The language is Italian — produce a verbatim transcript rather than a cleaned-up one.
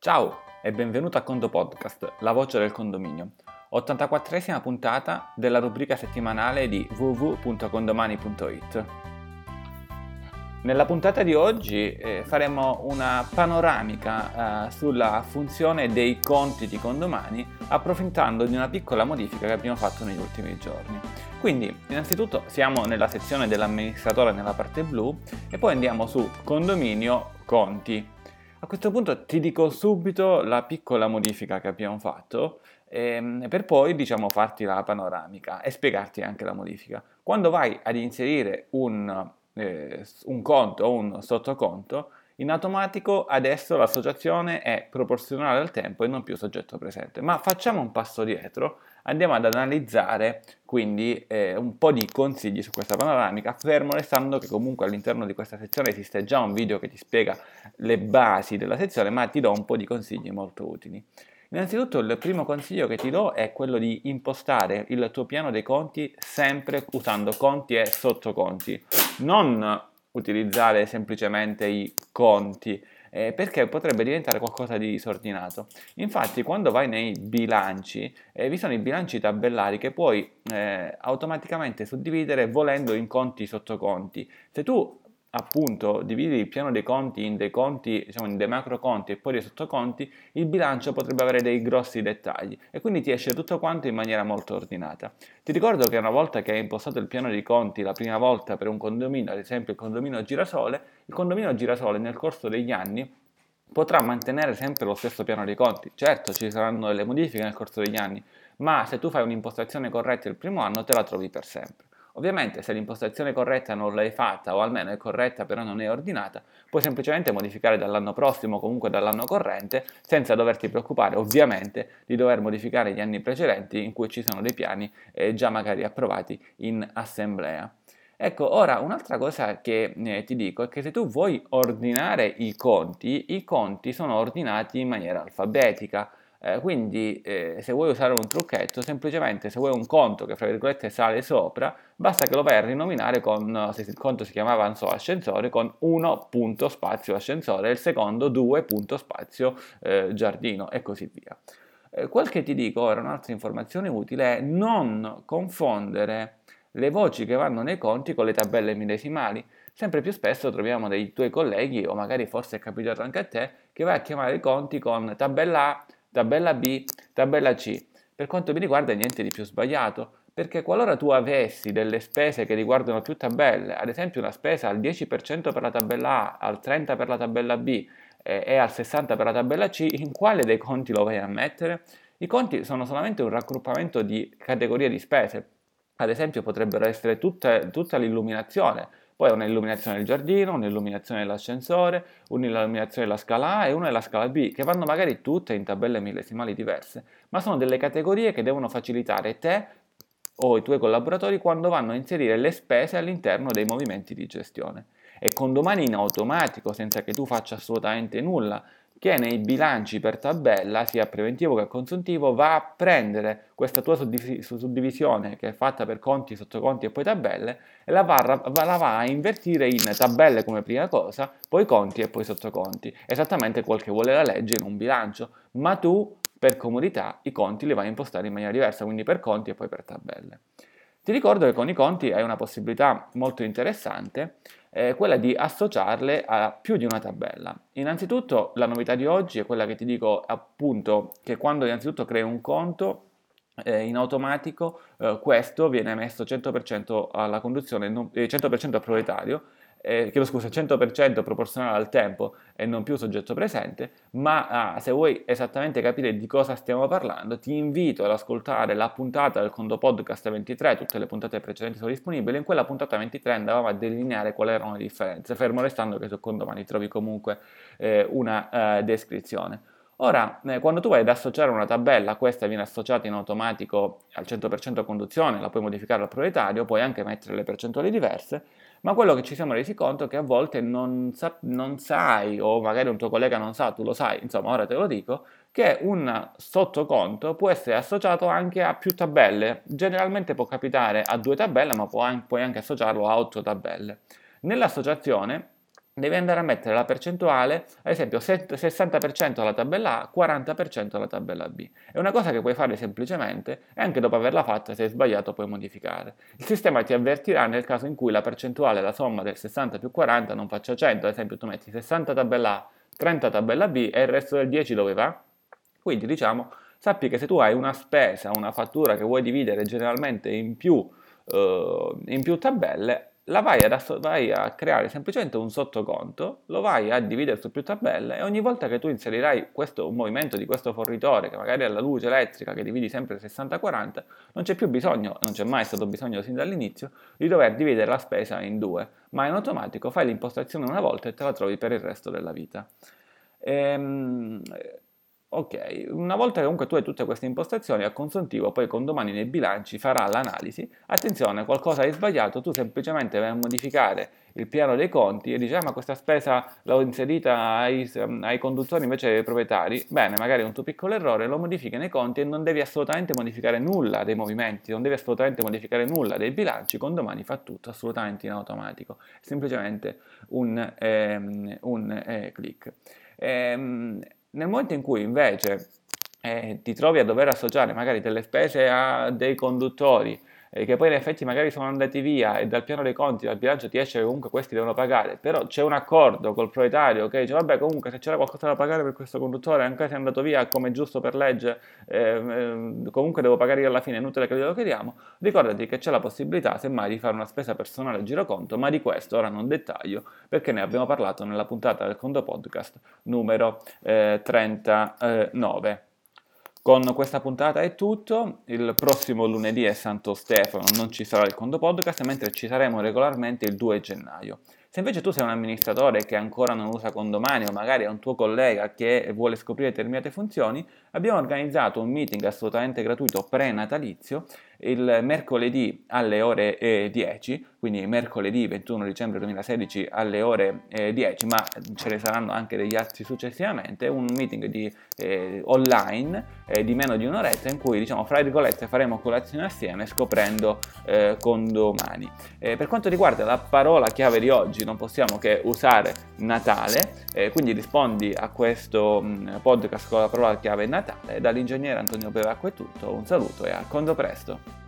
Ciao e benvenuto a Condo Podcast, la voce del condominio, ottantaquattresima puntata della rubrica settimanale di w w w punto condomani punto i t. Nella puntata di oggi eh, faremo una panoramica eh, sulla funzione dei conti di condomani, approfittando di una piccola modifica che abbiamo fatto negli ultimi giorni. Quindi, innanzitutto siamo nella sezione dell'amministratore nella parte blu e poi andiamo su condominio conti. A questo punto ti dico subito la piccola modifica che abbiamo fatto ehm, per poi diciamo farti la panoramica e spiegarti anche la modifica. Quando vai ad inserire un, eh, un conto o un sottoconto, in automatico adesso l'associazione è proporzionale al tempo e non più soggetto presente. Ma facciamo un passo dietro, andiamo ad analizzare quindi eh, un po' di consigli su questa panoramica, fermo restando che comunque all'interno di questa sezione esiste già un video che ti spiega le basi della sezione, ma ti do un po' di consigli molto utili. Innanzitutto il primo consiglio che ti do è quello di impostare il tuo piano dei conti sempre usando conti e sottoconti, non utilizzare semplicemente i conti, eh, perché potrebbe diventare qualcosa di disordinato. Infatti quando vai nei bilanci, eh, vi sono i bilanci tabellari che puoi eh, automaticamente suddividere volendo in conti e sottoconti. Se tu appunto dividi il piano dei conti in dei conti, diciamo in dei macro conti e poi dei sottoconti, il bilancio potrebbe avere dei grossi dettagli e quindi ti esce tutto quanto in maniera molto ordinata. Ti ricordo che una volta che hai impostato il piano dei conti la prima volta per un condominio, ad esempio il condominio Girasole, il condominio Girasole nel corso degli anni potrà mantenere sempre lo stesso piano dei conti. Certo, ci saranno delle modifiche nel corso degli anni, ma se tu fai un'impostazione corretta il primo anno te la trovi per sempre. Ovviamente se l'impostazione corretta non l'hai fatta o almeno è corretta però non è ordinata, puoi semplicemente modificare dall'anno prossimo o comunque dall'anno corrente senza doverti preoccupare ovviamente di dover modificare gli anni precedenti in cui ci sono dei piani eh, già magari approvati in assemblea. Ecco, ora un'altra cosa che eh, ti dico è che se tu vuoi ordinare i conti, i conti sono ordinati in maniera alfabetica. Eh, quindi eh, se vuoi usare un trucchetto, semplicemente se vuoi un conto che fra virgolette sale sopra, basta che lo vai a rinominare con, se il conto si chiamava non so, ascensore, con uno punto spazio ascensore e il secondo due punto spazio eh, giardino e così via. Eh, quel che ti dico ora, un'altra informazione utile è non confondere le voci che vanno nei conti con le tabelle medesimali. Sempre più spesso troviamo dei tuoi colleghi, o magari forse è capitato anche a te, che vai a chiamare i conti con tabella A, tabella B, tabella C. Per quanto mi riguarda niente di più sbagliato, perché qualora tu avessi delle spese che riguardano più tabelle, ad esempio una spesa al dieci per cento per la tabella A, al trenta per cento per la tabella B eh, e al sessanta per cento per la tabella C, in quale dei conti lo vai a mettere? I conti sono solamente un raggruppamento di categorie di spese. Ad esempio potrebbero essere tutte, tutta l'illuminazione, poi un'illuminazione del giardino, un'illuminazione dell'ascensore, un'illuminazione della scala A e una della scala B, che vanno magari tutte in tabelle millesimali diverse, ma sono delle categorie che devono facilitare te o i tuoi collaboratori quando vanno a inserire le spese all'interno dei movimenti di gestione. E condomani in automatico, senza che tu faccia assolutamente nulla, che nei bilanci per tabella, sia preventivo che consuntivo, va a prendere questa tua suddivisione che è fatta per conti, sottoconti e poi tabelle e la va, la va a invertire in tabelle come prima cosa, poi conti e poi sottoconti, esattamente quel che vuole la legge in un bilancio, ma tu per comodità i conti li vai a impostare in maniera diversa, quindi per conti e poi per tabelle. Ti ricordo che con i conti hai una possibilità molto interessante, eh, quella di associarle a più di una tabella. Innanzitutto la novità di oggi è quella che ti dico appunto che quando innanzitutto crei un conto eh, in automatico eh, questo viene messo cento per cento alla conduzione, non, eh, cento per cento al proprietario, eh, chiedo scusa, cento per cento proporzionale al tempo e non più soggetto presente, ma ah, se vuoi esattamente capire di cosa stiamo parlando, ti invito ad ascoltare la puntata del Condo Podcast ventitré, tutte le puntate precedenti sono disponibili, in quella puntata ventitré andavamo a delineare quali erano le differenze, fermo restando che su Condomani trovi comunque eh, una eh, descrizione. Ora, eh, quando tu vai ad associare una tabella, questa viene associata in automatico al cento per cento a conduzione, la puoi modificare al proprietario, puoi anche mettere le percentuali diverse, ma quello che ci siamo resi conto è che a volte non, sa- non sai, o magari un tuo collega non sa, tu lo sai, insomma ora te lo dico, che un sottoconto può essere associato anche a più tabelle. Generalmente può capitare a due tabelle, ma può an- puoi anche associarlo a otto tabelle. Nell'associazione devi andare a mettere la percentuale, ad esempio sessanta per cento alla tabella A, quaranta per cento alla tabella B. È una cosa che puoi fare semplicemente e anche dopo averla fatta, se hai sbagliato, puoi modificare. Il sistema ti avvertirà nel caso in cui la percentuale, la somma del sessanta più quaranta non faccia cento, ad esempio tu metti sessanta tabella A, trenta tabella B e il resto del dieci dove va? Quindi diciamo, sappi che se tu hai una spesa, una fattura che vuoi dividere generalmente in più, eh, in più tabelle, la vai, ad, vai a creare semplicemente un sottoconto, lo vai a dividere su più tabelle e ogni volta che tu inserirai questo, un movimento di questo fornitore, che magari è la luce elettrica, che dividi sempre sessanta quaranta, non c'è più bisogno, non c'è mai stato bisogno sin dall'inizio, di dover dividere la spesa in due, ma in automatico fai l'impostazione una volta e te la trovi per il resto della vita. Ehm, Ok, una volta che comunque tu hai tutte queste impostazioni, a consuntivo poi Condomani nei bilanci farà l'analisi. Attenzione, qualcosa hai sbagliato, tu semplicemente vai a modificare il piano dei conti e dici ah, ma questa spesa l'ho inserita ai, ai conduttori invece ai proprietari. Bene, magari è un tuo piccolo errore, lo modifichi nei conti e non devi assolutamente modificare nulla dei movimenti, non devi assolutamente modificare nulla dei bilanci. Condomani fa tutto assolutamente in automatico, è semplicemente un, ehm, un eh, click. Ehm, Nel momento in cui invece eh, ti trovi a dover associare magari delle spese a dei conduttori eh, che poi in effetti magari sono andati via e dal piano dei conti, dal bilancio ti esce che comunque questi devono pagare, però c'è un accordo col proprietario che dice vabbè comunque se c'era qualcosa da pagare per questo conduttore anche se è andato via come giusto per legge eh, eh, comunque devo pagare io alla fine, è inutile che glielo chiediamo, ricordati che c'è la possibilità semmai di fare una spesa personale a giroconto, ma di questo ora non dettaglio perché ne abbiamo parlato nella puntata del Condo Podcast numero eh, trentanove. Con questa puntata è tutto, il prossimo lunedì è Santo Stefano, non ci sarà il Condo Podcast, mentre ci saremo regolarmente il due gennaio. Se invece tu sei un amministratore che ancora non usa Condomani o magari è un tuo collega che vuole scoprire determinate funzioni, abbiamo organizzato un meeting assolutamente gratuito pre-natalizio il mercoledì alle ore eh, dieci, quindi mercoledì ventuno dicembre duemilasedici alle ore eh, dieci, ma ce ne saranno anche degli altri successivamente, un meeting di, eh, online eh, di meno di un'oretta in cui, diciamo, fra virgolette faremo colazione assieme scoprendo eh, Condomani. Eh, per quanto riguarda la parola chiave di oggi non possiamo che usare Natale, eh, quindi rispondi a questo mh, podcast con la parola chiave Natale. Dall'ingegnere Antonio Bevacqua è tutto, un saluto e a Condo presto!